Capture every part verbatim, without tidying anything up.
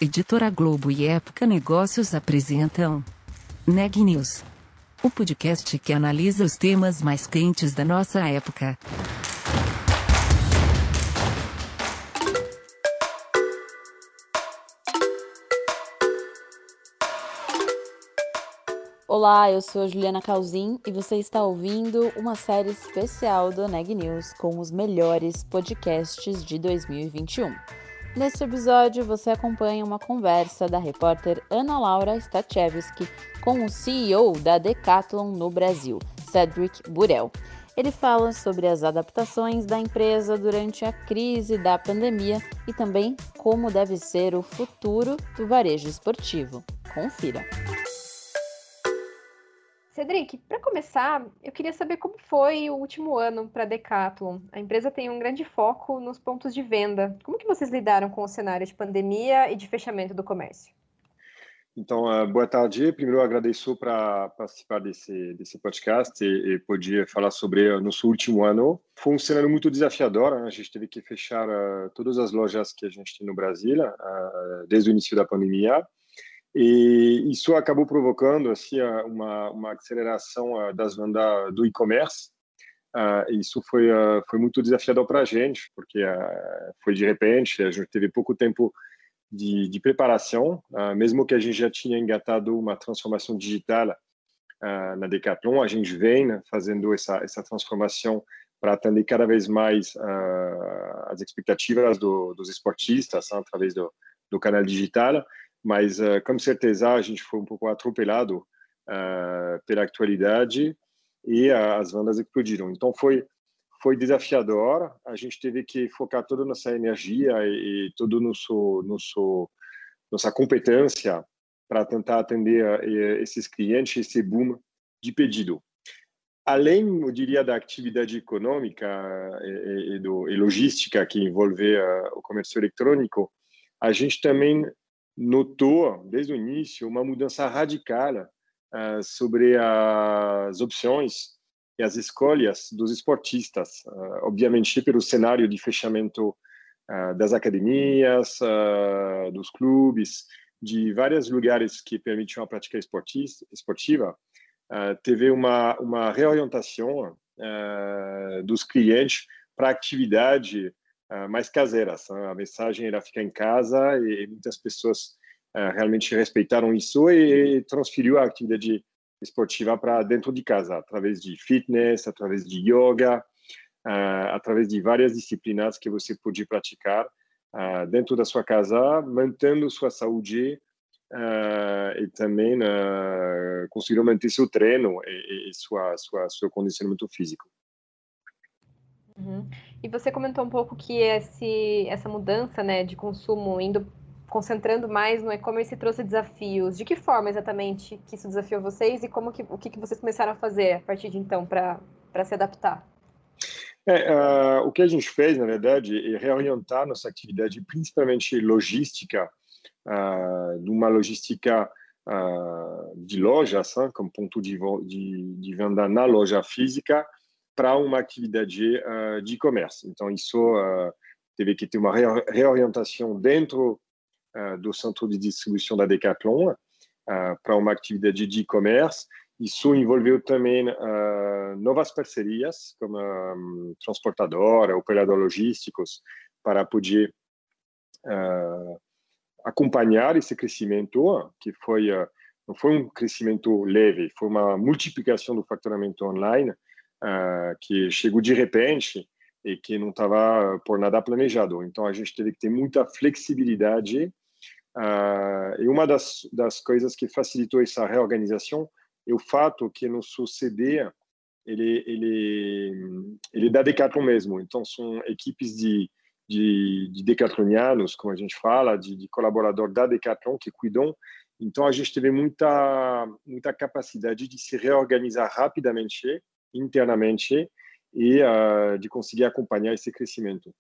Editora Globo e Época Negócios apresentam Neg News, o podcast que analisa os temas mais quentes da nossa época. Olá, eu sou a Juliana Calzin e você está ouvindo uma série especial do Neg News com os melhores podcasts de dois mil e vinte e um. Neste episódio, você acompanha uma conversa da repórter Ana Laura Stachewski com o C E O da Decathlon no Brasil, Cedric Burrell. Ele fala sobre as adaptações da empresa durante a crise da pandemia e também como deve ser o futuro do varejo esportivo. Confira! Cedric, para começar, eu queria saber como foi o último ano para a Decathlon. A empresa tem um grande foco nos pontos de venda. Como que vocês lidaram com o cenário de pandemia e de fechamento do comércio? Então, uh, boa tarde. Primeiro, eu agradeço para participar desse, desse podcast e, e poder falar sobre o nosso último ano. Foi um cenário muito desafiador. Né? A gente teve que fechar uh, todas as lojas que a gente tem no Brasil uh, desde o início da pandemia. E isso acabou provocando assim uma, uma aceleração uh, das vendas do e-commerce. Uh, isso foi uh, foi muito desafiador para a gente, porque uh, foi de repente, a gente teve pouco tempo de, de preparação, uh, mesmo que a gente já tinha engatado uma transformação digital uh, na Decathlon, a gente vem, né, fazendo essa essa transformação para atender cada vez mais uh, as expectativas do, dos esportistas, né, através do, do canal digital. Mas, uh, com certeza, a gente foi um pouco atropelado uh, pela atualidade e uh, as vendas explodiram. Então, foi foi desafiador. A gente teve que focar toda a nossa energia e, e toda nosso nosso nossa competência para tentar atender uh, esses clientes, esse boom de pedido. Além, eu diria, da atividade econômica e, e, do, e logística que envolve uh, o comércio eletrônico, a gente também notou, desde o início, uma mudança radical uh, sobre as opções e as escolhas dos esportistas, uh, obviamente pelo cenário de fechamento uh, das academias, uh, dos clubes, de vários lugares que permitiam a prática esportiva. Uh, teve uma, uma reorientação uh, dos clientes para a atividade Uh, mais caseiras. Né? A mensagem era ficar em casa e, e muitas pessoas uh, realmente respeitaram isso e, e transferiu a atividade esportiva para dentro de casa, através de fitness, através de yoga, uh, através de várias disciplinas que você pode praticar uh, dentro da sua casa, mantendo sua saúde uh, e também uh, conseguindo manter seu treino e, e sua, sua, seu condicionamento físico. Uhum. E você comentou um pouco que esse, essa mudança, né, de consumo indo concentrando mais no e-commerce trouxe desafios. De que forma exatamente que isso desafiou vocês e como que, o que, que vocês começaram a fazer a partir de então para para se adaptar? É, uh, o que a gente fez, na verdade, é reorientar nossa atividade, principalmente logística, uh, de uma logística uh, de lojas, hein, como ponto de, de, de venda na loja física, para uma atividade uh, de e-commerce. Então, isso uh, teve que ter uma reorientação dentro uh, do centro de distribuição da Decathlon uh, para uma atividade de e-commerce. Isso envolveu também uh, novas parcerias, como um, transportador, operador logísticos, para poder uh, acompanhar esse crescimento, que foi, uh, não foi um crescimento leve, foi uma multiplicação do faturamento online, Uh, que chegou de repente e que não estava por nada planejado. Então, a gente teve que ter muita flexibilidade. Uh, e uma das, das coisas que facilitou essa reorganização é o fato que nosso C D ele, ele, ele é da Decathlon mesmo. Então, são equipes de, de, de decathlonianos, como a gente fala, de, de colaboradores da Decathlon que cuidam. Então, a gente teve muita, muita capacidade de se reorganizar rapidamente internamente e uh, de conseguir acompanhar esse crescimento.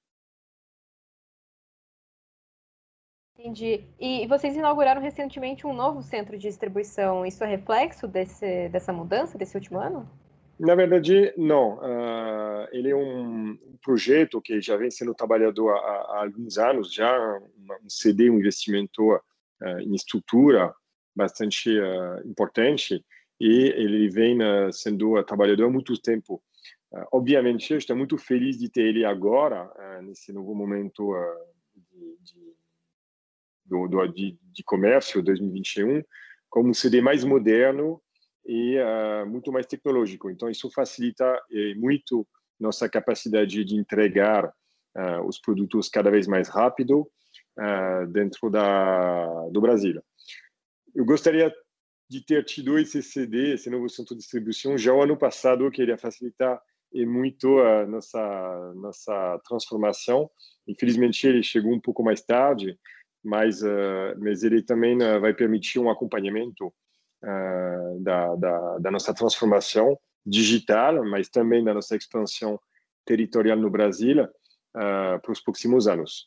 Entendi. E vocês inauguraram recentemente um novo centro de distribuição. Isso é reflexo desse, dessa mudança, desse último ano? Na verdade, não. Uh, ele é um projeto que já vem sendo trabalhado há, há alguns anos, já um C D, um investimento uh, em estrutura bastante uh, importante, e ele vem uh, sendo uh, trabalhador há muito tempo. Uh, obviamente, eu estou muito feliz de ter ele agora, uh, nesse novo momento uh, de, de, do, do, de, de comércio dois mil e vinte e um, como um C D mais moderno e uh, muito mais tecnológico. Então, isso facilita eh, muito nossa capacidade de entregar uh, os produtos cada vez mais rápido uh, dentro da, do Brasil. Eu gostaria de ter tido esse C D, esse novo centro de distribuição, já o ano passado, que iria facilitar e muito a nossa, nossa transformação. Infelizmente, ele chegou um pouco mais tarde, mas, uh, mas ele também uh, vai permitir um acompanhamento uh, da, da, da nossa transformação digital, mas também da nossa expansão territorial no Brasil uh, para os próximos anos.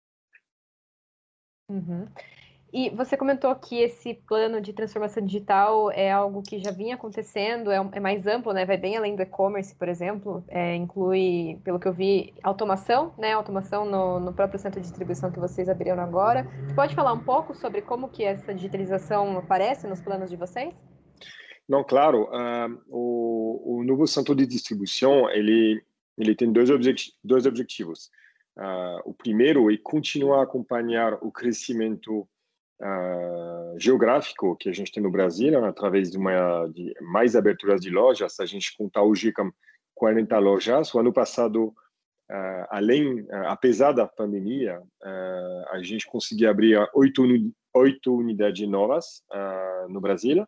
Uhum. E você comentou que esse plano de transformação digital é algo que já vinha acontecendo, é, é mais amplo, né? Vai bem além do e-commerce, por exemplo. É, inclui, pelo que eu vi, automação, né? Automação no, no próprio centro de distribuição que vocês abriram agora. Você pode falar um pouco sobre como que essa digitalização aparece nos planos de vocês? Não, claro. Uh, o, o novo centro de distribuição, ele, ele tem dois, objeti dois objetivos. Uh, o primeiro é continuar a acompanhar o crescimento Uh, geográfico que a gente tem no Brasil, né, através de, uma, de mais aberturas de lojas. A gente conta hoje com quarenta lojas. O ano passado, uh, além, uh, apesar da pandemia, uh, a gente conseguiu abrir oito, oito unidades novas uh, no Brasil.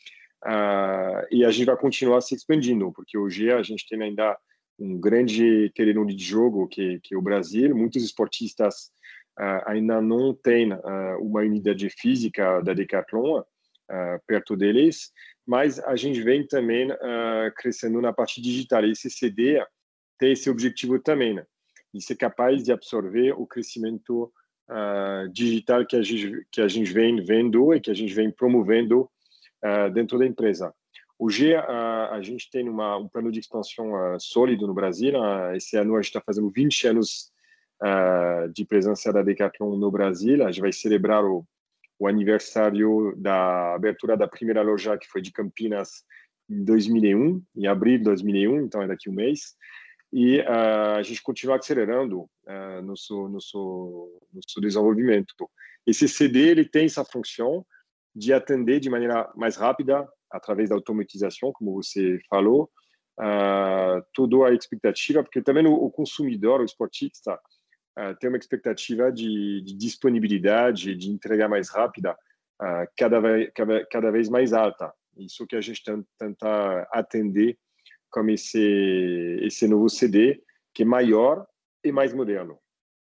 Uh, e a gente vai continuar se expandindo, porque hoje a gente tem ainda um grande terreno de jogo que, que é o Brasil. Muitos esportistas Uh, ainda não tem uh, uma unidade física da Decathlon uh, perto deles, mas a gente vem também uh, crescendo na parte digital. E esse C D tem esse objetivo também, né, de ser capaz de absorver o crescimento uh, digital que a, gente, que a gente vem vendo e que a gente vem promovendo uh, dentro da empresa. Hoje, uh, a gente tem uma, um plano de expansão uh, sólido no Brasil. Uh, esse ano a gente está fazendo vinte anos Uh, de presença da Decathlon no Brasil. A gente vai celebrar o, o aniversário da abertura da primeira loja, que foi de Campinas, em dois mil e um, em abril de dois mil e um, então é daqui a um mês. E uh, a gente continua acelerando uh, nosso, nosso, nosso desenvolvimento. Esse C D ele tem essa função de atender de maneira mais rápida, através da automatização, como você falou, uh, toda a expectativa, porque também o, o consumidor, o esportista, Uh, tem uma expectativa de, de disponibilidade, de entrega mais rápida, uh, cada, vez, cada, cada vez mais alta. Isso que a gente tenta atender com esse, esse novo C D, que é maior e mais moderno.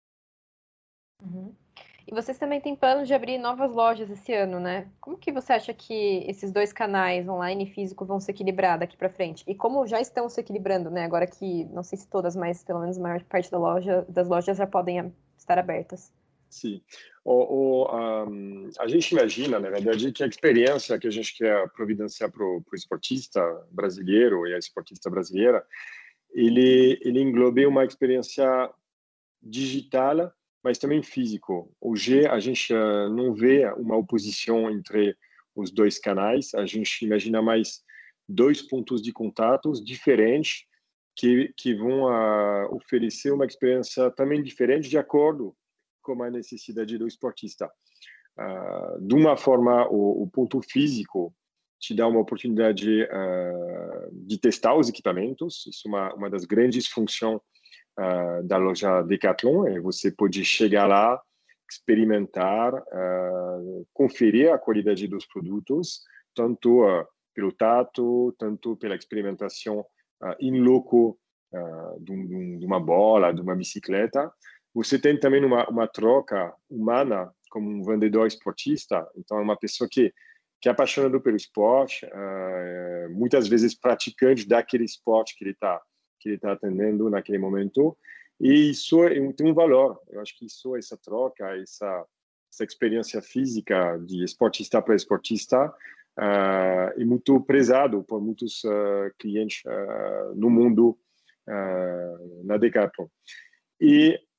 Uhum. E vocês também têm planos de abrir novas lojas esse ano, né? Como que você acha que esses dois canais, online e físico, vão se equilibrar daqui para frente? E como já estão se equilibrando, né? Agora que, não sei se todas, mas pelo menos a maior parte da loja, das lojas já podem estar abertas. Sim. O, o, um, a gente imagina, na verdade, que a experiência que a gente quer providenciar para o esportista brasileiro e a esportista brasileira, ele, ele englobe uma experiência digital, mas também físico. Hoje a gente uh, não vê uma oposição entre os dois canais. A gente imagina mais dois pontos de contatos diferentes que que vão uh, oferecer uma experiência também diferente de acordo com a necessidade do esportista. Uh, de uma forma, o, o ponto físico te dá uma oportunidade uh, de testar os equipamentos. Isso é uma, uma das grandes funções Uh, da loja Decathlon. E você pode chegar lá, experimentar, uh, conferir a qualidade dos produtos, tanto uh, pelo tato, tanto pela experimentação uh, in loco uh, de, de uma bola, de uma bicicleta. Você tem também uma, uma troca humana como um vendedor esportista. Então, é uma pessoa que, que é apaixonada pelo esporte, uh, muitas vezes praticante daquele esporte que ele está que ele está atendendo naquele momento, e isso tem um valor. Eu acho que isso, essa troca, essa, essa experiência física de esportista para esportista uh, é muito prezado por muitos uh, clientes uh, no mundo uh, na Decathlon. E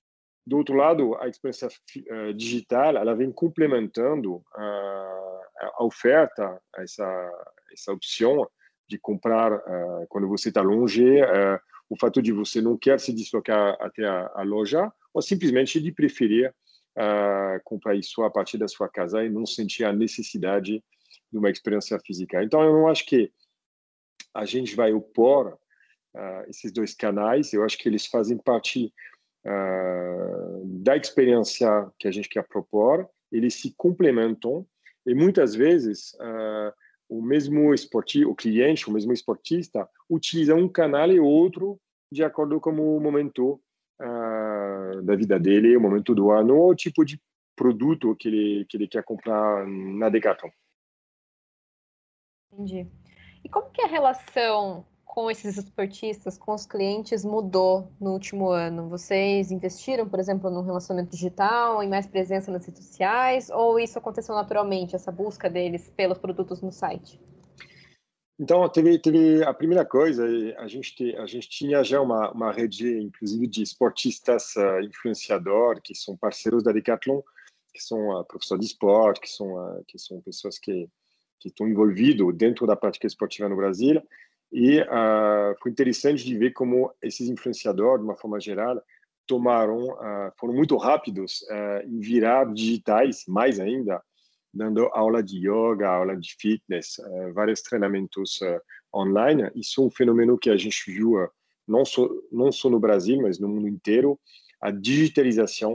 Do outro lado, a experiência uh, digital, ela vem complementando uh, a oferta, essa, essa opção de comprar uh, quando você está longe, uh, o fato de você não quer se deslocar até a, a loja, ou simplesmente de preferir uh, comprar isso a partir da sua casa e não sentir a necessidade de uma experiência física. Então, eu não acho que a gente vai opor uh, esses dois canais, eu acho que eles fazem parte Uh, da experiência que a gente quer propor, eles se complementam e muitas vezes uh, o mesmo esportista, o cliente, o mesmo esportista utiliza um canal e outro de acordo com o momento uh, da vida dele, o momento do ano, ou o tipo de produto que ele, que ele quer comprar na Decathlon. Entendi. E como que é a relação com esses esportistas, com os clientes, mudou no último ano? Vocês investiram, por exemplo, no relacionamento digital, em mais presença nas redes sociais, ou isso aconteceu naturalmente, essa busca deles pelos produtos no site? Então, teve, teve a primeira coisa, a gente, a gente tinha já uma, uma rede, inclusive, de esportistas uh, influenciador, que são parceiros da Decathlon, que são uh, professores de esporte, que são, uh, que são pessoas que, que estão envolvidas dentro da prática esportiva no Brasil. E uh, foi interessante de ver como esses influenciadores, de uma forma geral, tomaram, uh, foram muito rápidos uh, em virar digitais, mais ainda, dando aula de yoga, aula de fitness, uh, vários treinamentos uh, online. Isso é um fenômeno que a gente viu uh, não só não só no Brasil, mas no mundo inteiro, a digitalização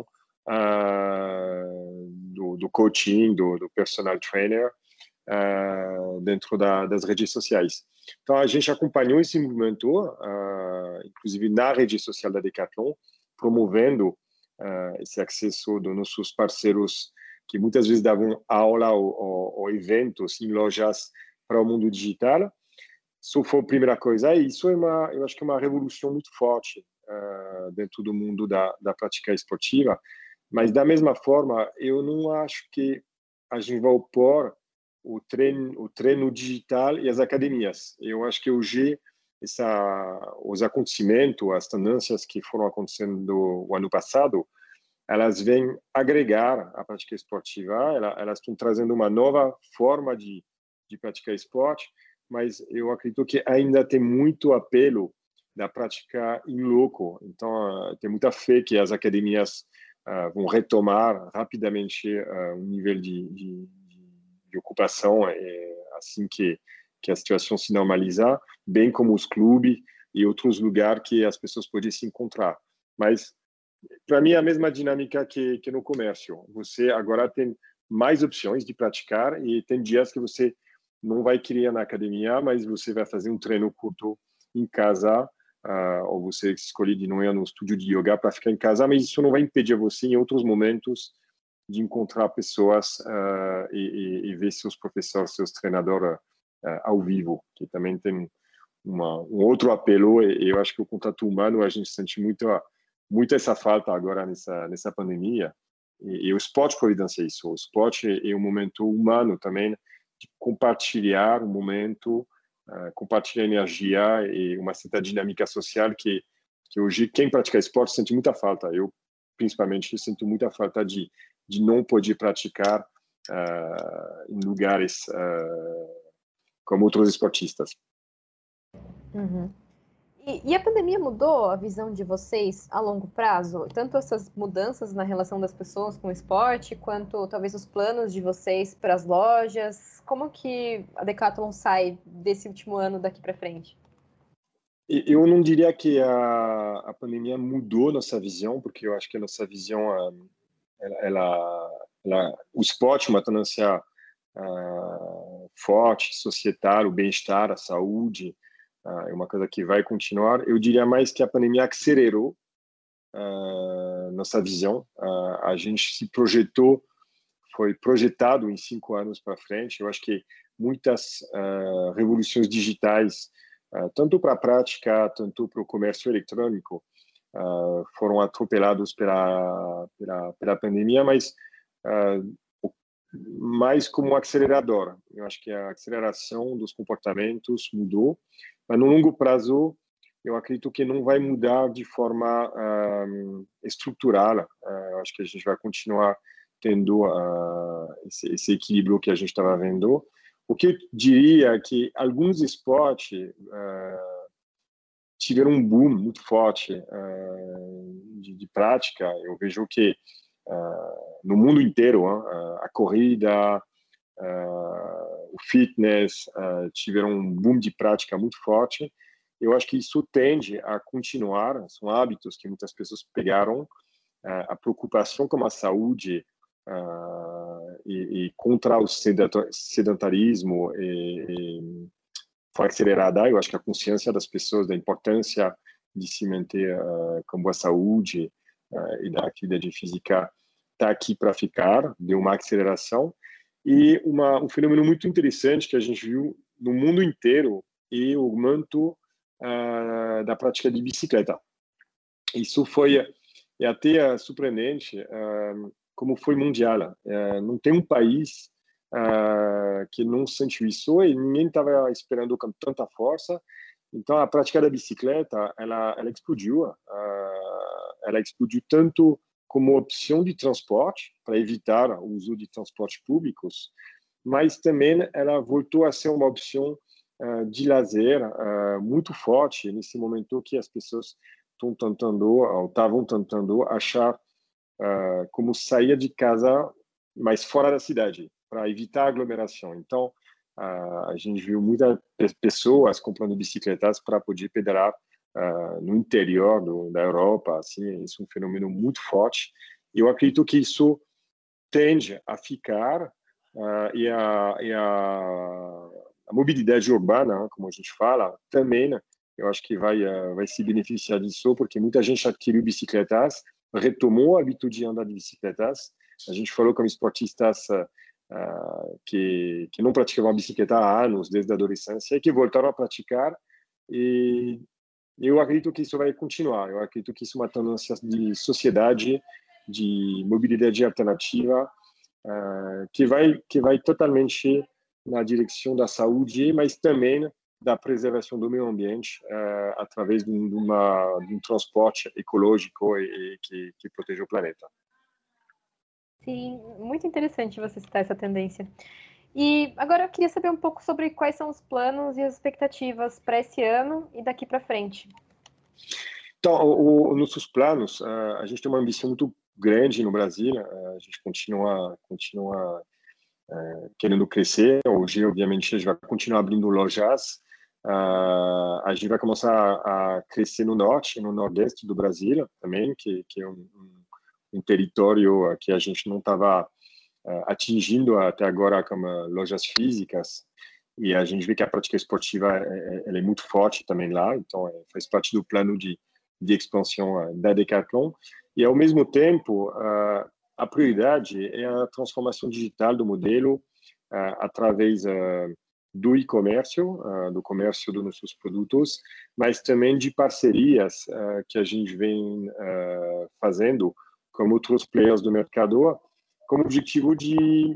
uh, do, do coaching, do, do personal trainer uh, dentro da, das redes sociais. Então, a gente acompanhou esse movimento, uh, inclusive na rede social da Decathlon, promovendo uh, esse acesso dos nossos parceiros que muitas vezes davam aula ou, ou, ou eventos em lojas para o mundo digital. Isso foi a primeira coisa. E isso é uma, eu acho que é uma revolução muito forte uh, dentro do mundo da, da prática esportiva. Mas, da mesma forma, eu não acho que a gente vai opor o treino, o treino digital e as academias. Eu acho que hoje essa, os acontecimentos, as tendências que foram acontecendo o ano passado, elas vêm agregar a prática esportiva, elas, elas estão trazendo uma nova forma de, de praticar esporte, mas eu acredito que ainda tem muito apelo da prática em loco. Então, tem muita fé que as academias uh, vão retomar rapidamente uh, um nível de, de de ocupação é, assim que, que a situação se normalizar, bem como os clubes e outros lugares que as pessoas podem se encontrar. Mas, para mim, é a mesma dinâmica que, que no comércio. Você agora tem mais opções de praticar e tem dias que você não vai querer ir na academia, mas você vai fazer um treino curto em casa, uh, ou você escolhe de não ir no estúdio de yoga para ficar em casa, mas isso não vai impedir você, em outros momentos, de encontrar pessoas uh, e, e, e ver seus professores, seus treinadores uh, ao vivo, que também tem uma, um outro apelo, e, e eu acho que o contato humano, a gente sente muito, muito essa falta agora nessa, nessa pandemia, e, e o esporte providencia isso. O esporte é, é um momento humano também, de compartilhar um momento, uh, compartilhar energia e uma certa dinâmica social que, que hoje quem pratica esporte sente muita falta. Eu, principalmente, sinto muita falta de de não poder praticar uh, em lugares uh, como outros esportistas. Uhum. E, e a pandemia mudou a visão de vocês a longo prazo? Tanto essas mudanças na relação das pessoas com o esporte, quanto talvez os planos de vocês para as lojas? Como que a Decathlon sai desse último ano daqui para frente? Eu não diria que a, a pandemia mudou nossa visão, porque eu acho que a nossa visão... Uh, Ela, ela, ela, o esporte é uma tendência uh, forte, societária, o bem-estar, a saúde, uh, é uma coisa que vai continuar. Eu diria mais que a pandemia acelerou uh, nossa visão. Uh, a gente se projetou, foi projetado em cinco anos para frente. Eu acho que muitas uh, revoluções digitais, uh, tanto para a prática, tanto para o comércio eletrônico, Uh, foram atropelados pela, pela, pela pandemia, mas uh, mais como um acelerador. Eu acho que a aceleração dos comportamentos mudou, mas no longo prazo eu acredito que não vai mudar de forma um, estrutural. Uh, eu acho que a gente vai continuar tendo uh, esse, esse equilíbrio que a gente estava vendo. O que eu diria é que alguns esportes uh, tiveram um boom muito forte uh, de, de prática. Eu vejo que uh, no mundo inteiro, uh, a corrida, uh, o fitness uh, tiveram um boom de prática muito forte. Eu acho que isso tende a continuar. São hábitos que muitas pessoas pegaram. Uh, a preocupação com a saúde uh, e, e contra o sedentarismo e, e foi acelerada. Eu acho que a consciência das pessoas da importância de se manter uh, com boa saúde uh, e da atividade física está aqui para ficar, deu uma aceleração. E uma, um fenômeno muito interessante que a gente viu no mundo inteiro é o aumento uh, da prática de bicicleta. Isso foi é até uh, surpreendente uh, como foi mundial. Uh, não tem um país Uh, que não sentiu isso e ninguém estava esperando com tanta força. Então a prática da bicicleta ela ela explodiu, uh, ela explodiu tanto como opção de transporte para evitar o uso de transportes públicos, mas também ela voltou a ser uma opção uh, de lazer uh, muito forte nesse momento que as pessoas estão tentando ou estavam tentando achar uh, como sair de casa mais fora da cidade, para evitar aglomeração. Então, uh, a gente viu muitas pessoas comprando bicicletas para poder pedalar uh, no interior do, da Europa. Assim, isso é um fenômeno muito forte. Eu acredito que isso tende a ficar uh, e, a, e a, a mobilidade urbana, como a gente fala, também, eu acho que vai, uh, vai se beneficiar disso, porque muita gente adquiriu bicicletas, retomou o hábito de andar de bicicletas. A gente falou com esportistas uh, Uh, que, que não praticavam a bicicleta há anos, desde a adolescência, e que voltaram a praticar. E eu acredito que isso vai continuar. Eu acredito que isso é uma tendência de sociedade, de mobilidade alternativa, uh, que vai que vai totalmente na direção da saúde, mas também da preservação do meio ambiente uh, através de, um, de, uma, de um transporte ecológico e, e que, que proteja o planeta. Sim, muito interessante você citar essa tendência. E agora eu queria saber um pouco sobre quais são os planos e as expectativas para esse ano e daqui para frente. Então, o, o, nossos planos, uh, a gente tem uma ambição muito grande no Brasil, uh, a gente continua, continua uh, querendo crescer. Hoje, obviamente, a gente vai continuar abrindo lojas, uh, a gente vai começar a, a crescer no norte, no nordeste do Brasil também, que, que é um, um um território que a gente não estava uh, atingindo até agora como lojas físicas, e a gente vê que a prática esportiva é, ela é muito forte também lá, então é, faz parte do plano de, de expansão uh, da Decathlon, e ao mesmo tempo uh, a prioridade é a transformação digital do modelo uh, através uh, do e-comércio, uh, do comércio dos nossos produtos, mas também de parcerias uh, que a gente vem uh, fazendo como outros players do mercado, como objetivo de,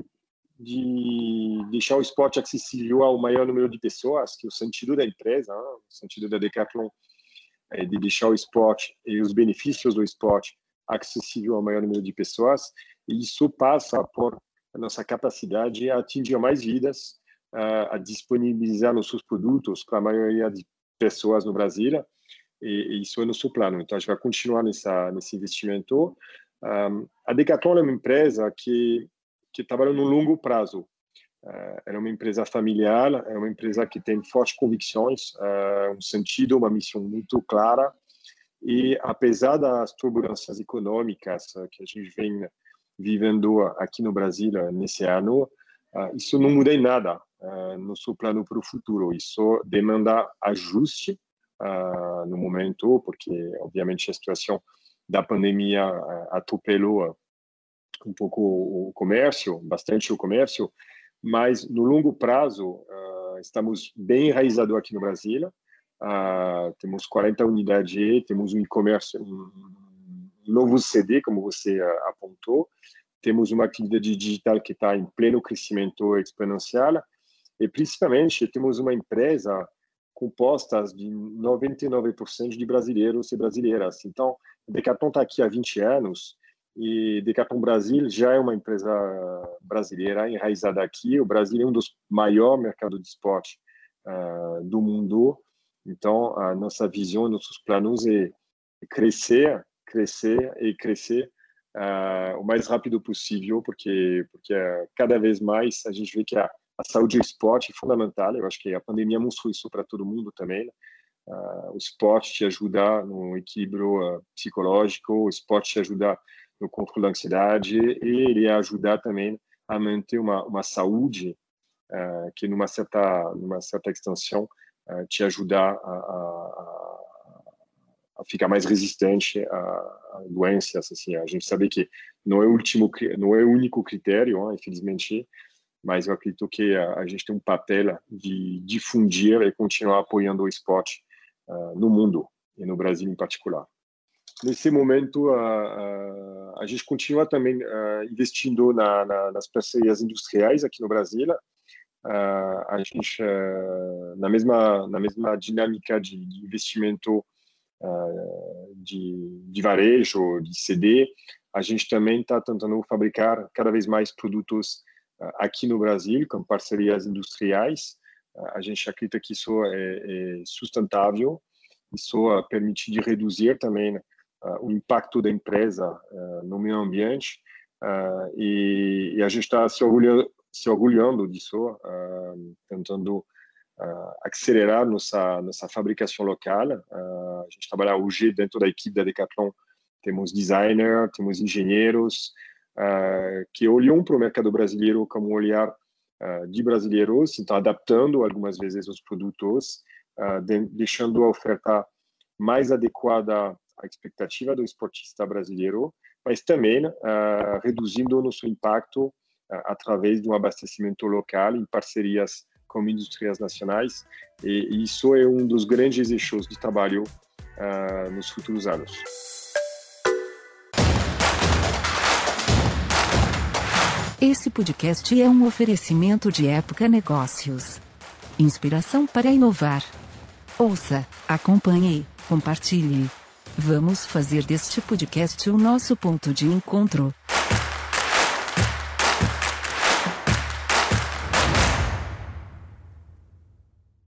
de deixar o esporte acessível ao maior número de pessoas, que é o sentido da empresa, né? O sentido da Decathlon é de deixar o esporte e os benefícios do esporte acessível ao maior número de pessoas, e isso passa por a nossa capacidade de atingir mais vidas, uh, a disponibilizar nossos produtos para a maioria de pessoas no Brasil, e, e isso é nosso plano. Então, a gente vai continuar nessa, nesse investimento. Um, a Decathlon é uma empresa que, que trabalha no longo prazo. Uh, é uma empresa familiar, é uma empresa que tem fortes convicções, uh, um sentido, uma missão muito clara. E apesar das turbulências econômicas uh, que a gente vem vivendo aqui no Brasil uh, nesse ano, uh, isso não muda em nada uh, no seu plano para o futuro. Isso demanda ajuste uh, no momento, porque obviamente a situação da pandemia atropelou um pouco o comércio, bastante o comércio, mas no longo prazo uh, estamos bem enraizados aqui no Brasil. Uh, temos quarenta unidades, temos um e-commerce, um novo C D, como você uh, apontou, temos uma atividade digital que está em pleno crescimento exponencial e, principalmente, temos uma empresa compostas de noventa e nove por cento de brasileiros e brasileiras. Então, a Decathlon está aqui há vinte anos e Decathlon Brasil já é uma empresa brasileira enraizada aqui. O Brasil é um dos maiores mercados de esporte uh, do mundo. Então, a nossa visão, nossos planos é crescer, crescer e crescer uh, o mais rápido possível, porque, porque uh, cada vez mais a gente vê que a, a saúde e o esporte é fundamental. Eu acho que a pandemia mostrou isso para todo mundo também, né? Uh, o esporte te ajuda no equilíbrio uh, psicológico, o esporte te ajuda no controle da ansiedade e ele ajuda também a manter uma, uma saúde uh, que, numa certa, numa certa extensão, uh, te ajuda a, a, a ficar mais resistente a, a doenças. Assim. A gente sabe que não é o último, não é o único critério, hein, infelizmente, mas eu acredito que a, a gente tem um papel de difundir e continuar apoiando o esporte uh, no mundo e no Brasil em particular. Nesse momento, uh, uh, a gente continua também uh, investindo na, na, nas parcerias industriais aqui no Brasil. Uh, a gente, uh, na mesma na mesma dinâmica de, de investimento uh, de, de varejo, de C D, a gente também está tentando fabricar cada vez mais produtos uh, aqui no Brasil, com parcerias industriais. Uh, a gente acredita que isso é, é sustentável, isso uh, permite de reduzir também Uh, o impacto da empresa uh, no meio ambiente uh, e, e a gente está se orgulhando, se orgulhando disso, uh, tentando uh, acelerar nossa nossa fabricação local. Uh, a gente trabalha hoje dentro da equipe da Decathlon, temos designers, temos engenheiros uh, que olham para o mercado brasileiro como um olhar uh, de brasileiros, então adaptando algumas vezes os produtos, uh, de, deixando a oferta mais adequada a expectativa do esportista brasileiro, mas também uh, reduzindo o nosso impacto uh, através de um abastecimento local em parcerias com indústrias nacionais, e, e isso é um dos grandes eixos de trabalho uh, nos futuros anos. Esse podcast é um oferecimento de Época Negócios. Inspiração para inovar. Ouça, acompanhe, compartilhe. Vamos fazer deste podcast o nosso ponto de encontro.